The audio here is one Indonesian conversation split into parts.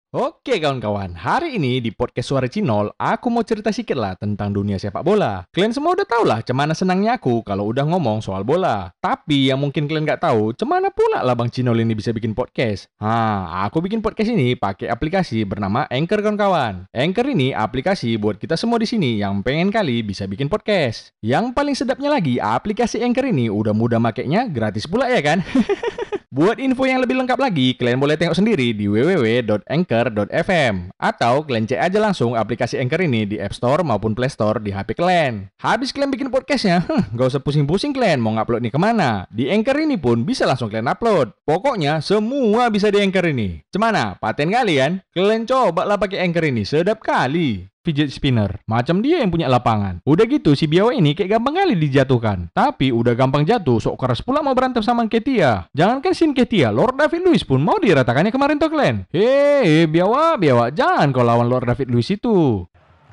Oke kawan-kawan, hari ini di podcast Suara Cinol, aku mau cerita sedikit lah tentang dunia sepak bola. Kalian semua udah tau lah cemana senangnya aku kalau udah ngomong soal bola. Tapi yang mungkin kalian nggak tahu, cemana pula lah Bang Cinol ini bisa bikin podcast. Aku bikin podcast ini pakai aplikasi bernama Anchor kawan-kawan. Anchor ini aplikasi buat kita semua di sini yang pengen kali bisa bikin podcast. Yang paling sedapnya lagi, aplikasi Anchor ini udah mudah makainya, gratis pula ya kan? Buat info yang lebih lengkap lagi, kalian boleh tengok sendiri di www.anchor.fm atau kalian cek aja langsung aplikasi Anchor ini di App Store maupun Play Store di HP kalian. Habis kalian bikin podcastnya, gak usah pusing-pusing kalian mau ngupload nih kemana. Di Anchor ini pun bisa langsung kalian upload. Pokoknya semua bisa di Anchor ini. Cemana? Paten kalian? Kalian coba lah pakai Anchor ini, sedap kali. Fidget spinner, macam dia yang punya lapangan. Udah gitu si biawa ini kayak gampang kali dijatuhkan. Tapi udah gampang jatuh, sok keras pula mau berantem sama Ketia. Jangankan Sin Ketia, Lord David Luiz pun mau diratakannya kemarin tuh kalian. Hei biawa, jangan kau lawan Lord David Luiz itu.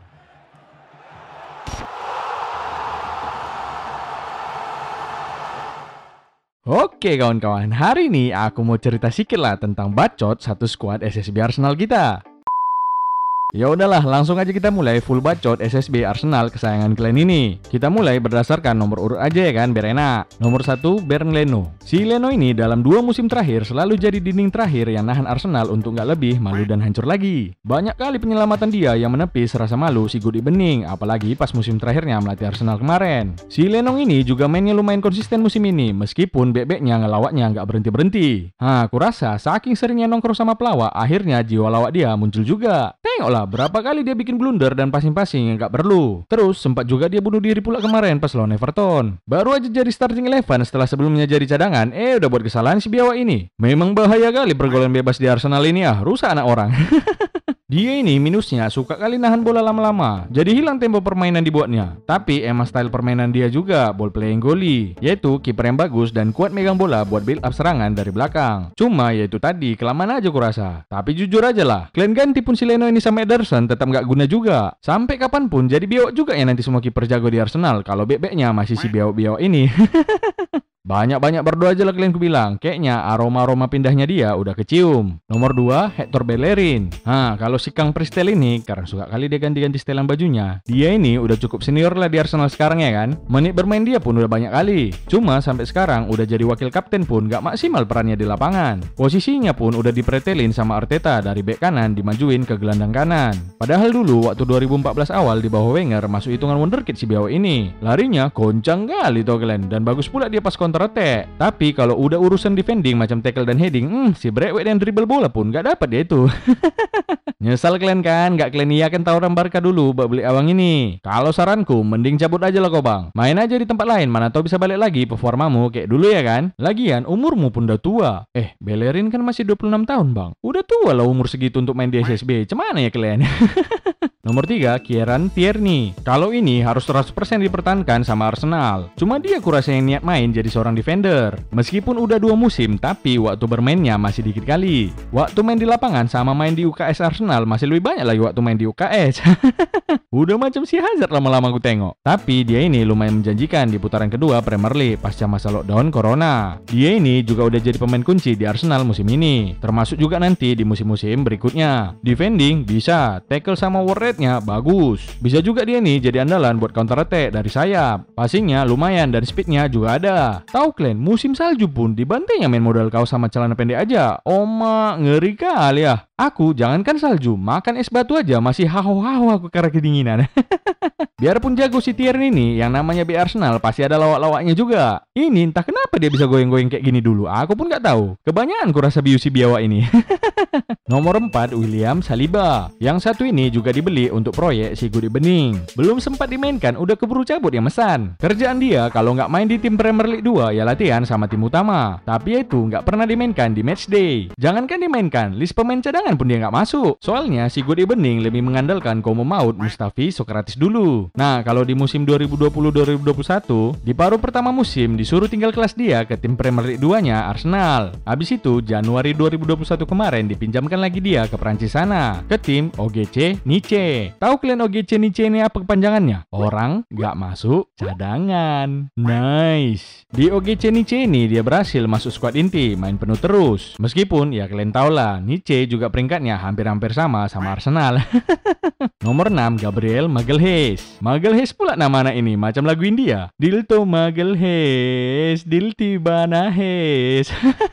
Oke kawan-kawan, hari ini aku mau cerita sedikit lah tentang bacot satu skuad SSB Arsenal kita. Ya udahlah, langsung aja kita mulai full bacot SSB Arsenal kesayangan kalian ini. Kita mulai berdasarkan nomor urut aja ya kan, biar enak. Nomor 1, Bernd Leno. Si Leno ini dalam 2 musim terakhir selalu jadi dinding terakhir yang nahan Arsenal untuk nggak lebih malu dan hancur lagi. Banyak kali penyelamatan dia yang menepis rasa malu si Gudi Bening, apalagi pas musim terakhirnya melatih Arsenal kemarin. Si Leno ini juga mainnya lumayan konsisten musim ini, meskipun bebeknya ngelawaknya nggak berhenti-berhenti. Aku rasa saking seringnya nongkrong sama pelawak, akhirnya jiwa lawak dia muncul juga. Tengoklah berapa kali dia bikin blunder dan passing-passing yang gak perlu. Terus sempat juga dia bunuh diri pula kemarin pas lawan Everton. Baru aja jadi starting 11 setelah sebelumnya jadi cadangan, udah buat kesalahan si biawa ini. Memang bahaya kali pergaulan bebas di Arsenal ini rusak anak orang. Dia ini minusnya suka kali nahan bola lama-lama, jadi hilang tempo permainan dibuatnya. Tapi emang style permainan dia juga ball playing goalie, yaitu kiper yang bagus dan kuat megang bola buat build up serangan dari belakang. Cuma yaitu tadi kelamaan aja kurasa. Tapi jujur aja lah, kalian ganti pun si Leno ini sama Ederson tetap nggak guna juga. Sampai kapanpun jadi biawak juga ya nanti semua kiper jago di Arsenal kalau bebeknya masih si biawak-biawak ini. Banyak-banyak berdoa aja lah kalian kubilang. Kayaknya aroma-aroma pindahnya dia udah kecium. Nomor 2, Hector Bellerin. Kalau si Kang Pristel ini, karena suka kali dia ganti-ganti setelan bajunya, dia ini udah cukup senior lah di Arsenal sekarang ya kan. Menit bermain dia pun udah banyak kali. Cuma sampai sekarang udah jadi wakil kapten pun gak maksimal perannya di lapangan. Posisinya pun udah dipretelin sama Arteta dari bek kanan dimajuin ke gelandang kanan. Padahal dulu waktu 2014 awal di bawah Wenger masuk hitungan wonderkid si biawa ini. Larinya goncang kali tuh kalian, dan bagus pula dia pas counter attack. Tapi kalau udah urusan defending macam tackle dan heading, si brewek dan dribble bola pun gak dapat dia itu. Nyesal kalian kan, gak kalian iakan tawaran Barca dulu buat beli awang ini. Kalau saranku, mending cabut aja lah kau bang. Main aja di tempat lain, mana tau bisa balik lagi performamu kayak dulu ya kan. Lagian umurmu pun udah tua. Bellerin kan masih 26 tahun bang. Udah tua lah umur segitu untuk main di SSB. Cemana ya kalian? Nomor 3, Kieran Tierney. Kalau ini harus 100% dipertahankan sama Arsenal. Cuma dia kurasa yang niat main jadi seorang defender. Meskipun udah 2 musim, tapi waktu bermainnya masih dikit kali. Waktu main di lapangan sama main di UKS Arsenal masih lebih banyak lagi waktu main di UKS. Udah macam si Hazard lama-lama aku tengok. Tapi dia ini lumayan menjanjikan di putaran kedua Premier League pasca masa lockdown Corona. Dia ini juga udah jadi pemain kunci di Arsenal musim ini. Termasuk juga nanti di musim-musim berikutnya. Defending bisa, tackle sama work rate-nya bagus. Bisa juga dia nih jadi andalan buat counter attack dari sayap. Passingnya lumayan dan speednya juga ada. Tahu kalian, musim salju pun dibantainya main modal kaos sama celana pendek aja. Oma, ngeri kali ya. Aku jangankan salju, makan es batu aja masih haho-haho aku karena kedinginan. Biarpun jago si Tierney ini, yang namanya B Arsenal pasti ada lawak-lawaknya juga. Ini entah kenapa dia bisa goyang-goyang kayak gini dulu. Aku pun nggak tahu. Kebanyakan kurasa biu si biawa ini. Nomor 4, William Saliba. Yang satu ini juga dibeli untuk proyek si Gudi Bening. Belum sempat dimainkan, udah keburu cabut ya mesan. Kerjaan dia kalau nggak main di tim Premier League 2 ya latihan sama tim utama. Tapi itu nggak pernah dimainkan di match day. Jangankan dimainkan, list pemain cadangan pun dia nggak masuk. Soalnya si Gudi Bening lebih mengandalkan Como Maut, Mustafi, Sokratis dulu. Nah, kalau di musim 2020-2021, di paruh pertama musim disuruh tinggal kelas dia ke tim Premier League 2-nya Arsenal. Habis itu Januari 2021 kemarin dipinjamkan diterbangkan lagi dia ke Prancis sana, ke tim OGC Nice. Tahu kalian OGC Nice ini apa kepanjangannya? Orang nggak masuk cadangan. Nice. Di OGC Nice ini dia berhasil masuk skuad inti, main penuh terus. Meskipun ya kalian tahu lah, Nice juga peringkatnya hampir-hampir sama Arsenal. Nomor 6, Gabriel Magalhaes. Magalhaes pula nama anak ini, macam lagu India. Dilto Magalhaes, Dilti Banahes.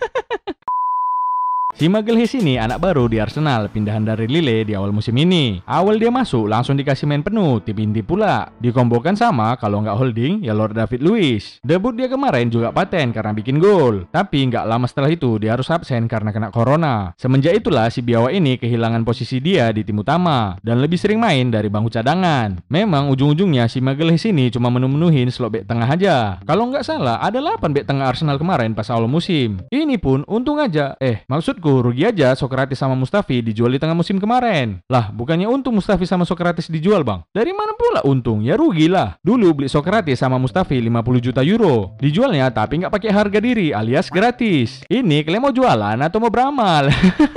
Si Magalhaes ini anak baru di Arsenal, pindahan dari Lille di awal musim ini. Awal dia masuk langsung dikasih main penuh, tim inti pula. Dikombokan sama, kalau nggak holding, ya Lord David Luiz. Debut dia kemarin juga paten karena bikin gol. Tapi nggak lama setelah itu dia harus absen karena kena corona. Semenjak itulah si biawa ini kehilangan posisi dia di tim utama dan lebih sering main dari bangku cadangan. Memang ujung-ujungnya si Magalhaes ini cuma menu-menuhin slot bek tengah aja. Kalau nggak salah ada 8 bek tengah Arsenal kemarin pas awal musim. Ini pun untung aja. Maksudku rugi aja Sokratis sama Mustafi dijual di tengah musim kemarin. Lah, bukannya untung Mustafi sama Sokratis dijual, Bang? Dari mana pula untung? Ya rugi lah. Dulu beli Sokratis sama Mustafi 50 juta euro. Dijualnya tapi nggak pakai harga diri alias gratis. Ini kalian mau jualan atau mau beramal?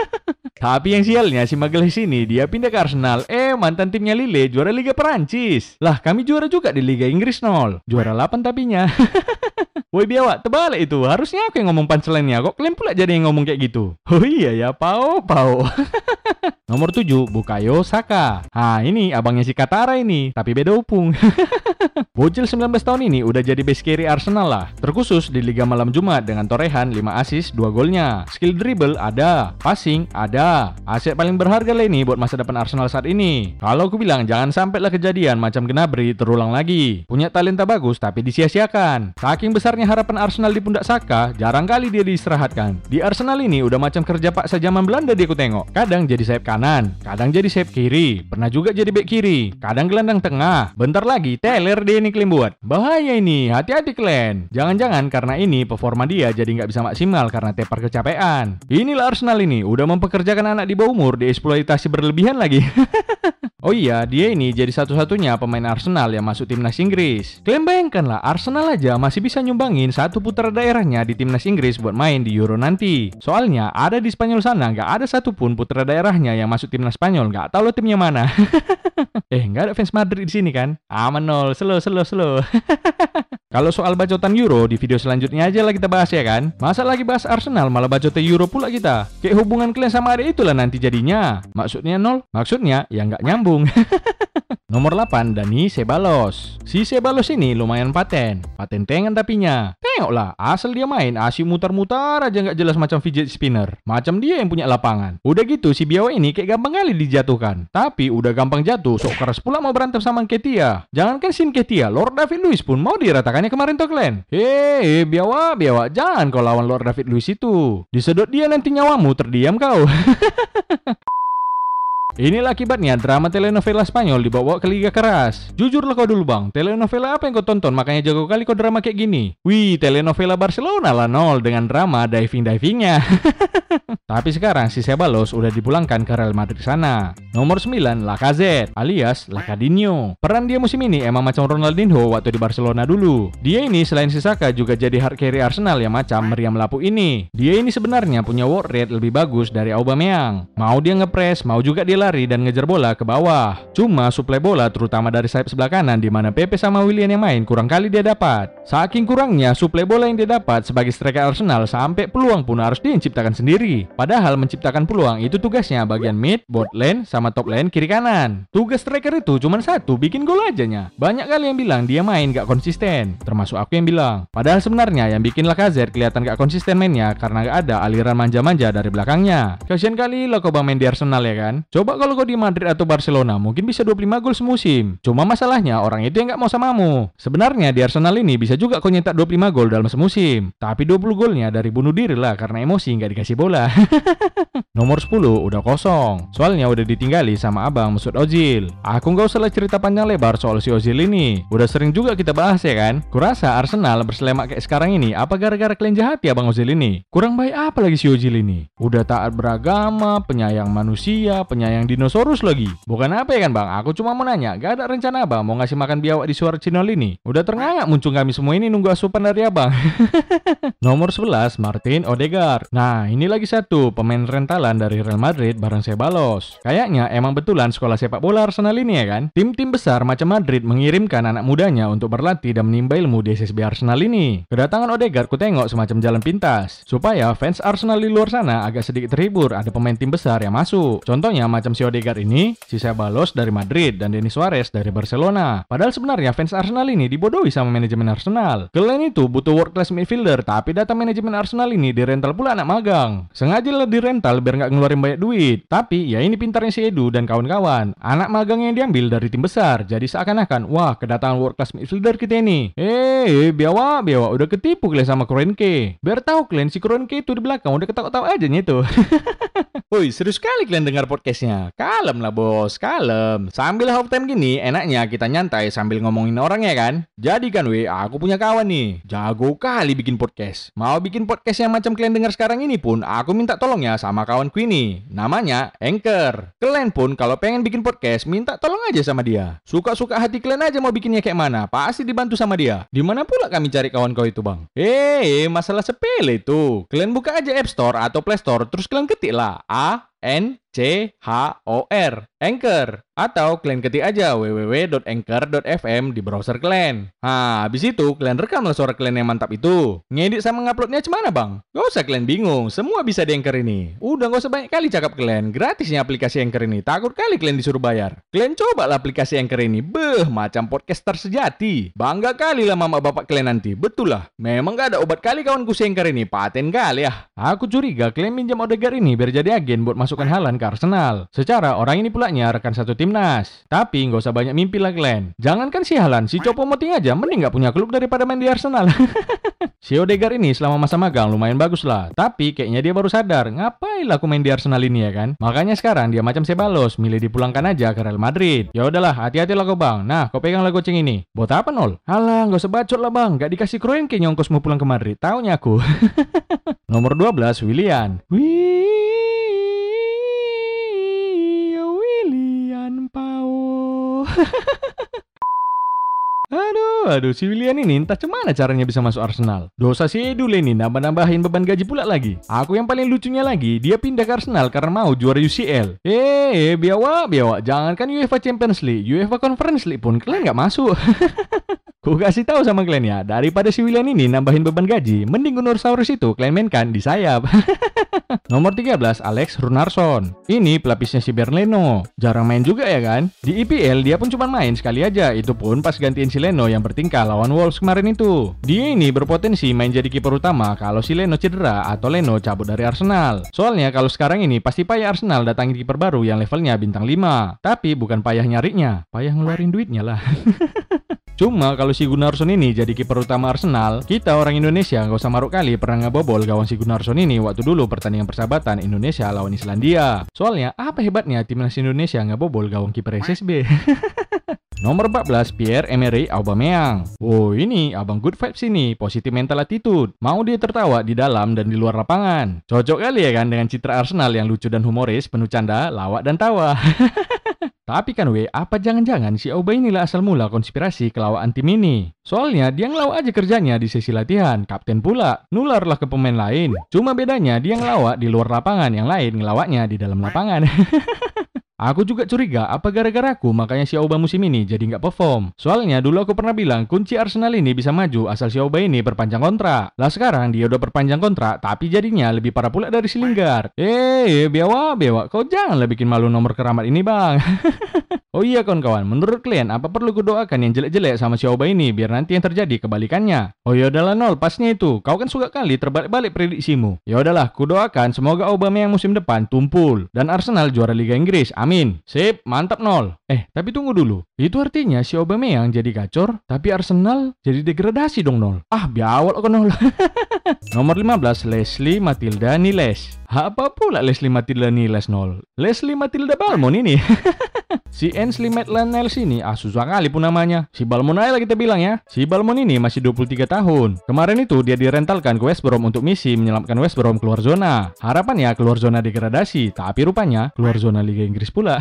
Tapi yang sialnya si Magalhaes ini dia pindah ke Arsenal. Mantan timnya Lille juara Liga Perancis. Lah, kami juara juga di Liga Inggris nol. Juara 8 tapinya. Woi biawak, terbalik itu. Harusnya aku yang ngomong punchline-nya. Kok kalian pula jadi yang ngomong kayak gitu? Oh iya ya, pau. Nomor 7, Bukayo Saka. Ini abangnya si Katara ini, tapi beda upung. Bocil 19 tahun ini udah jadi base carry Arsenal lah. Terkhusus di Liga Malam Jumat dengan torehan 5 assist 2 golnya. Skill dribble ada, passing ada. Aset paling berharga lah ini buat masa depan Arsenal saat ini. Kalau aku bilang jangan sampailah kejadian macam Gnabry terulang lagi. Punya talenta bagus tapi disia-siakan. Saking besarnya harapan Arsenal di pundak Saka, jarang kali dia diistirahatkan. Di Arsenal ini udah macam kerja paksa zaman Belanda dia ku tengok. Kadang jadi sayap kanan, kadang jadi sayap kiri, pernah juga jadi bek kiri, kadang gelandang tengah. Bentar lagi teler dia ini kalian buat. Bahaya ini, hati-hati kalian. Jangan-jangan karena ini performa dia jadi nggak bisa maksimal karena tepar kecapean. Inilah Arsenal ini, udah mempekerjakan anak di bawah umur dieksploitasi berlebihan lagi. Oh iya, dia ini jadi satu-satunya pemain Arsenal yang masuk timnas Inggris. Kalian bayangkanlah, Arsenal aja masih bisa nyumbangin satu putra daerahnya di timnas Inggris buat main di Euro nanti. Soalnya ada di Spanyol sana nggak ada satupun putra daerahnya yang masuk timnas Spanyol. Nggak tahu lo timnya mana. Nggak ada fans Madrid di sini kan? Aman nol, slow. Kalau soal bacotan Euro di video selanjutnya aja lah kita bahas ya kan. Masa lagi bahas Arsenal malah bacotan Euro pula kita. Kayak hubungan kalian sama adek itulah nanti jadinya. Maksudnya nol? Maksudnya ya nggak nyambung. Nomor 8, Dani Ceballos. Si Ceballos ini lumayan paten-tengan tapinya. Tengoklah, asal dia main asyik mutar-mutar aja nggak jelas macam fidget spinner. Macam dia yang punya lapangan. Udah gitu si biawa ini kayak gampang kali dijatuhkan. Tapi udah gampang jatuh, sok keras pula mau berantem sama Nketiah. Jangankan si Nketiah, Lord David Luiz pun mau diratakannya kemarin tuh kalian. Biawa, jangan kau lawan Lord David Luiz itu. Disedot dia nanti nyawamu, terdiam kau. Inilah akibatnya drama telenovela Spanyol dibawa ke liga keras. Jujurlah kau dulu bang, telenovela apa yang kau tonton makanya jago kali kau drama kayak gini? Wih, telenovela Barcelona lah nol dengan drama diving-divingnya. Tapi sekarang si Ceballos udah dipulangkan ke Real Madrid sana. Nomor 9, Lacazette alias Lacadinho. Peran dia musim ini emang macam Ronaldinho waktu di Barcelona dulu. Dia ini selain si Saka juga jadi hard carry Arsenal yang macam meriam lampu ini. Dia ini sebenarnya punya work rate lebih bagus dari Aubameyang. Mau dia ngepres, mau juga dia lari dan ngejar bola ke bawah. Cuma suplai bola terutama dari sayap sebelah kanan di mana Pepe sama Willian yang main kurang kali dia dapat. Saking kurangnya suplai bola yang dia dapat sebagai striker Arsenal sampai peluang pun harus dia ciptakan sendiri. Padahal menciptakan peluang itu tugasnya bagian mid, bot lane, sama top lane kiri kanan. Tugas striker itu cuma satu, bikin gol ajanya. Banyak kali yang bilang dia main gak konsisten, termasuk aku yang bilang. Padahal sebenarnya yang bikin Lacazette kelihatan gak konsisten mainnya karena gak ada aliran manja-manja dari belakangnya. Kasian kali lo kau main di Arsenal ya kan? Coba kalau kau di Madrid atau Barcelona mungkin bisa 25 gol semusim. Cuma masalahnya orang itu yang gak mau samamu. Sebenarnya di Arsenal ini bisa juga kau nyetak 25 gol dalam semusim. Tapi 20 golnya dari bunuh diri lah karena emosi gak dikasih bola. Nomor 10 udah kosong. Soalnya udah ditinggali sama abang Mesut Ozil. Aku gak usah cerita panjang lebar soal si Ozil ini. Udah sering juga kita bahas ya kan. Kurasa Arsenal berselemak kayak sekarang ini apa gara-gara kalian jahat ya abang Ozil ini? Kurang baik apa lagi si Ozil ini? Udah taat beragama, penyayang manusia, penyayang yang dinosaurus lagi. Bukan apa ya kan bang, aku cuma mau nanya, gak ada rencana abang mau ngasih makan biawak di Suara Cinol ini? Udah terngangak muncul kami semua ini nunggu asupan dari abang. Nomor 11, Martin Odegaard. Nah, ini lagi satu pemain rentalan dari Real Madrid bareng Ceballos. Kayaknya emang betulan sekolah sepak bola Arsenal ini ya kan? Tim-tim besar macam Madrid mengirimkan anak mudanya untuk berlatih dan menimba ilmu di SSB Arsenal ini. Kedatangan Odegaard ku tengok semacam jalan pintas, supaya fans Arsenal di luar sana agak sedikit terhibur ada pemain tim besar yang masuk. Contohnya macam si Odegaard ini, si Ceballos dari Madrid dan Denis Suarez dari Barcelona. Padahal sebenarnya fans Arsenal ini dibodohi sama manajemen Arsenal. Kalian itu butuh world class midfielder, tapi data manajemen Arsenal ini dirental pula anak magang. Sengaja lah dirental biar nggak ngeluarin banyak duit. Tapi ya ini pintarnya si Edu dan kawan-kawan. Anak magang yang diambil dari tim besar, jadi seakan-akan wah kedatangan world class midfielder kita ini. Biawak udah ketipu kalian sama Kroenke. Biar tahu kalian si Kroenke itu di belakang udah ketawa-tawa aja nih tuh. Woi, serius sekali kalian dengar podcastnya. Kalem lah bos, kalem. Sambil half time gini, enaknya kita nyantai sambil ngomongin orang ya kan. Jadi kan aku punya kawan nih, jago kali bikin podcast. Mau bikin podcast yang macam kalian dengar sekarang ini pun, aku minta tolongnya sama kawanku ini. Namanya Anchor. Kalian pun kalau pengen bikin podcast, minta tolong aja sama dia. Suka-suka hati kalian aja mau bikinnya kayak mana, pasti dibantu sama dia. Dimana pula kami cari kawan kau itu bang? Masalah sepele itu. Kalian buka aja App Store atau Play Store, terus kalian ketik lah Anchor, atau kalian ketik aja www.anchor.fm di browser kalian. Habis itu kalian rekamlah suara kalian yang mantap itu. Ngedit sama nguploadnya cemana bang? Gak usah kalian bingung, semua bisa di Anchor ini. Udah gak usah banyak kali cakap kalian, gratisnya aplikasi Anchor ini. Takut kali kalian disuruh bayar. Kalian cobalah aplikasi Anchor ini, macam podcaster sejati. Bangga kali lah mama bapak kalian nanti, betul lah. Memang gak ada obat kali kawanku si Anchor ini, paten kali ya. Aku curiga kalian minjam Odegaard ini biar jadi agen buat masukkan Haaland ke Arsenal. Secara orang ini pulanya rekan satu timnas. Tapi nggak usah banyak mimpi lah kalian. Jangankan si Haaland, si Choupo-Moting aja mending nggak punya klub daripada main di Arsenal. Si Odegaard ini selama masa magang lumayan bagus lah. Tapi kayaknya dia baru sadar, ngapain lah aku main di Arsenal ini ya kan? Makanya sekarang dia macam Ceballos, milih dipulangkan aja ke Real Madrid. Ya udahlah, hati-hati lah kau bang. Nah, kau pegang lah goceng ini. Buat apa nol? Alah, nggak usah bacot lah bang. Nggak dikasih Kroenke nyongkos mau pulang ke Madrid. Taunya aku. Nomor 12, Willian. Willian Pau. Aduh, si Willian ini entah cemana caranya bisa masuk Arsenal. Dosa si Edu ini nambah-nambahin beban gaji pula lagi. Aku yang paling lucunya lagi, dia pindah ke Arsenal karena mau juara UCL. Biawak, jangankan UEFA Champions League, UEFA Conference League pun kalian nggak masuk. Ku kasih tahu sama kalian ya, daripada si Willian ini nambahin beban gaji, mending Gunursaurus itu kalian mainkan di sayap. Nomor 13, Alex Runarsson. Ini pelapisnya si Berleno. Jarang main juga ya kan? Di IPL dia pun cuma main sekali aja, itu pun pas gantiin si Leno yang bertingkah lawan Wolves kemarin itu. Dia ini berpotensi main jadi kiper utama kalau si Leno cedera atau Leno cabut dari Arsenal. Soalnya kalau sekarang ini pasti payah Arsenal datangin kiper baru yang levelnya bintang 5. Tapi bukan payah nyarinya, payah ngeluarin duitnya lah. Cuma kalau si Gunnarsson ini jadi kiper utama Arsenal, kita orang Indonesia nggak usah maruk kali pernah ngebobol gawang si Gunnarsson ini waktu dulu pertandingan persahabatan Indonesia lawan Islandia. Soalnya apa hebatnya timnas Indonesia ngebobol gawang kiper SSB? Nomor 14, Pierre-Emerick Aubameyang. Ini abang good vibes ini, positif mental attitude. Mau dia tertawa di dalam dan di luar lapangan. Cocok kali ya kan dengan citra Arsenal yang lucu dan humoris, penuh canda, lawak dan tawa. Tapi kan apa jangan-jangan si Auba inilah asal mula konspirasi kelawaan tim ini. Soalnya dia ngelawak aja kerjanya di sesi latihan, kapten pula, nularlah ke pemain lain. Cuma bedanya dia ngelawak di luar lapangan, yang lain ngelawaknya di dalam lapangan. Aku juga curiga apa gara-gara aku makanya si Auba musim ini jadi nggak perform. Soalnya dulu aku pernah bilang kunci Arsenal ini bisa maju asal si Auba ini perpanjang kontrak. Lah sekarang dia udah perpanjang kontrak tapi jadinya lebih parah pula dari si Lingard. Biawak, kau janganlah bikin malu nomor keramat ini bang. Oh iya kawan-kawan, menurut kalian apa perlu kudoakan yang jelek-jelek sama si Auba ini biar nanti yang terjadi kebalikannya? Oh ya udahlah Nol, pasnya itu. Kau kan suka kali terbalik-balik prediksimu. Ya udahlah, kudoakan semoga Aubameyang musim depan tumpul dan Arsenal juara Liga Inggris. Amin. Sip, mantap Nol. Tapi tunggu dulu. Itu artinya si Aubameyang jadi gacor, tapi Arsenal jadi degradasi dong Nol. Biawak kok Nol. Nomor 15, Leslie Matilda Niles. Apa pula Leslie Matilda Niles Nol? Leslie Matilda Balmon ini. Si Ainsley Maitland-Niles ini susah kali pun namanya. Si Balmon aja lah kita bilang ya. Si Balmon ini masih 23 tahun. Kemarin itu dia direntalkan ke West Brom untuk misi menyelamatkan West Brom keluar zona. Harapannya keluar zona degradasi, tapi rupanya keluar zona Liga Inggris pula.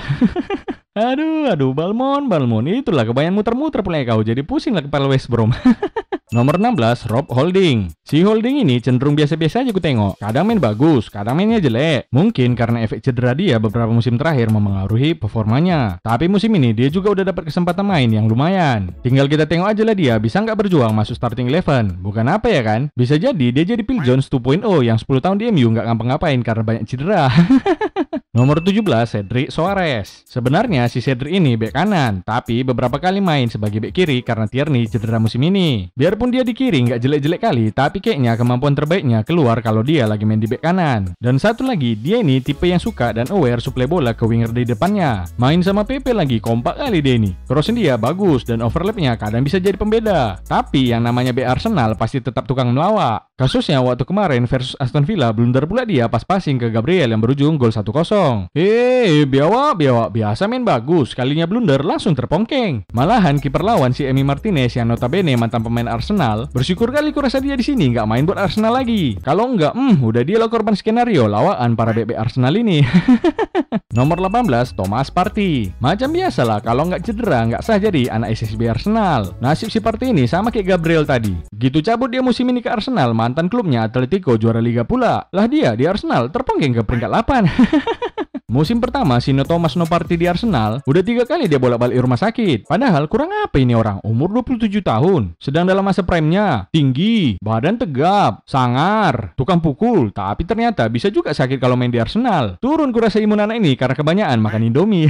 Aduh, Balmon. Itulah kebanyakan muter-muter pula kau. Jadi pusing lah kepala West Brom. Nomor 16, Rob Holding. Si Holding ini cenderung biasa-biasa aja ku tengok. Kadang main bagus, kadang mainnya jelek. Mungkin karena efek cedera dia beberapa musim terakhir memengaruhi performanya. Tapi musim ini dia juga udah dapat kesempatan main yang lumayan. Tinggal kita tengok aja lah dia bisa nggak berjuang masuk starting 11. Bukan apa ya kan? Bisa jadi dia jadi Phil Jones 2.0 yang 10 tahun di MU nggak ngapa-ngapain karena banyak cedera. Nomor 17, Cedric Soares. Sebenarnya si Cedric ini bek kanan, tapi beberapa kali main sebagai bek kiri karena Tierney cedera musim ini. Biarpun dia di kiri nggak jelek-jelek kali, tapi kayaknya kemampuan terbaiknya keluar kalau dia lagi main di bek kanan. Dan satu lagi, dia ini tipe yang suka dan aware suplai bola ke winger di depannya. Main sama Pepe lagi, kompak kali dia ini. Crossing dia bagus dan overlapnya kadang bisa jadi pembeda. Tapi yang namanya bek Arsenal pasti tetap tukang melawak. Kasusnya waktu kemarin versus Aston Villa, blunder pula dia pas passing ke Gabriel yang berujung gol 1-0. Biawak, biasa main bagus, kalinya blunder langsung terpongkeng. Malahan kiper lawan si Emi Martinez yang notabene mantan pemain Arsenal, bersyukur kali kurasa dia di sini nggak main buat Arsenal lagi. Kalau nggak, udah dia lah korban skenario lawan para bek Arsenal ini. Nomor 18, Thomas Partey. Macam biasalah, kalau nggak cedera nggak sah jadi anak SSB Arsenal. Nasib si Partey ini sama kayak Gabriel tadi. Gitu cabut dia musim ini ke Arsenal, mantan klubnya Atletico juara Liga pula. Lah dia di Arsenal terponggeng ke peringkat 8. Musim pertama si Thomas Partey di Arsenal, udah 3 kali dia bolak-balik rumah sakit. Padahal kurang apa ini orang, umur 27 tahun. Sedang dalam masa prime-nya, tinggi, badan tegap, sangar, tukang pukul. Tapi ternyata bisa juga sakit kalau main di Arsenal. Turun kurasa imun anak ini karena kebanyakan makan Indomie.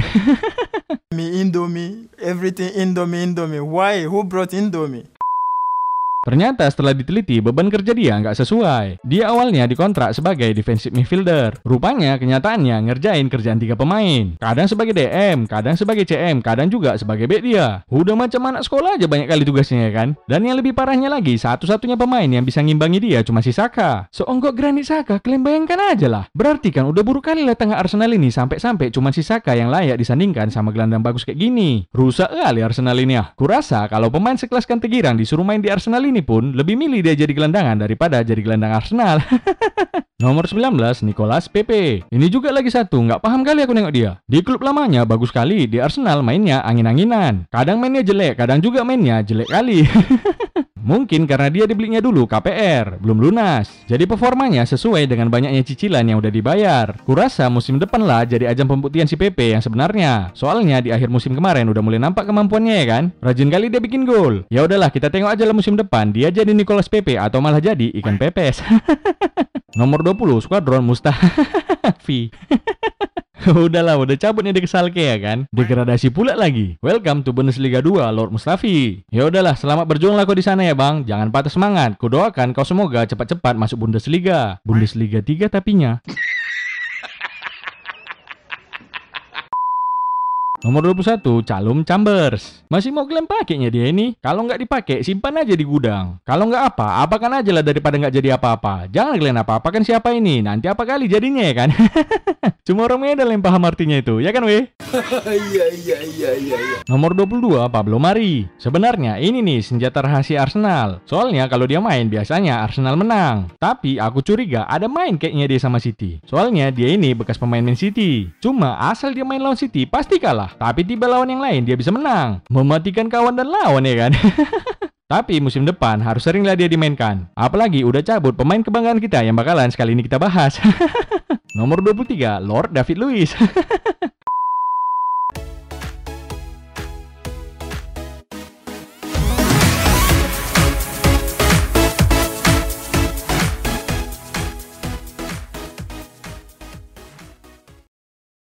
Indomie, everything Indomie. Why? Who brought Indomie? Ternyata setelah diteliti, beban kerja dia nggak sesuai. Dia awalnya dikontrak sebagai defensive midfielder. Rupanya kenyataannya ngerjain kerjaan 3 pemain. Kadang sebagai DM, kadang sebagai CM, kadang juga sebagai back dia. Udah macam anak sekolah aja banyak kali tugasnya ya kan? Dan yang lebih parahnya lagi, satu-satunya pemain yang bisa ngimbangi dia cuma si Saka. Seonggok Granit Saka, kalian bayangkan aja lah. Berarti kan udah buruk kali lah tengah Arsenal ini sampai-sampai cuma si Saka yang layak disandingkan sama gelandang bagus kayak gini. Rusak kali Arsenal ini ya. Kurasa kalau pemain sekelas Kantegiran disuruh main di Arsenal ini pun lebih milih dia jadi gelandangan daripada jadi gelandang Arsenal. Nomor 19, Nicolas Pepe. Ini juga lagi satu, nggak paham kali aku nengok dia. Di klub lamanya bagus kali, di Arsenal mainnya angin-anginan. Kadang mainnya jelek, kadang juga mainnya jelek kali. Mungkin karena dia dibelinya dulu KPR, belum lunas. Jadi performanya sesuai dengan banyaknya cicilan yang udah dibayar. Kurasa musim depan lah jadi ajang pembuktian si Pepe yang sebenarnya. Soalnya di akhir musim kemarin udah mulai nampak kemampuannya ya kan. Rajin kali dia bikin gol. Ya udahlah, kita tengok aja lah musim depan dia jadi Nicolas Pepe atau malah jadi ikan pepes. Nomor 20, Skuadron Mustafi. Udahlah, udah cabut nih di Schalke ya kan. Degradasi pula lagi. Welcome to Bundesliga 2, Lord Mustafi. Ya udahlah, selamat berjuang lah kau di sana ya bang. Jangan patah semangat. Kudoakan kau semoga cepat-cepat masuk Bundesliga. Bundesliga 3 tapinya. Nomor 21, Calum Chambers. Masih mau klaim pakainya dia ini. Kalau nggak dipakai, simpan aja di gudang. Kalau nggak apa, apakan aja lah daripada nggak jadi apa-apa. Jangan kalian apa-apakan siapa ini. Nanti apa kali jadinya ya kan? Cuma orang Medan yang paham artinya itu, ya kan weh? Iya. Nomor 22, Pablo Mari. Sebenarnya ini nih senjata rahasia Arsenal. Soalnya kalau dia main biasanya Arsenal menang. Tapi aku curiga ada main kayaknya dia sama City. Soalnya dia ini bekas pemain Man City. Cuma asal dia main lawan City pasti kalah. Tapi tiba lawan yang lain dia bisa menang. Mematikan kawan dan lawan ya kan? Tapi musim depan harus seringlah dia dimainkan. Apalagi udah cabut pemain kebanggaan kita yang bakalan sekali ini kita bahas. Nomor 23, Lord David Luiz.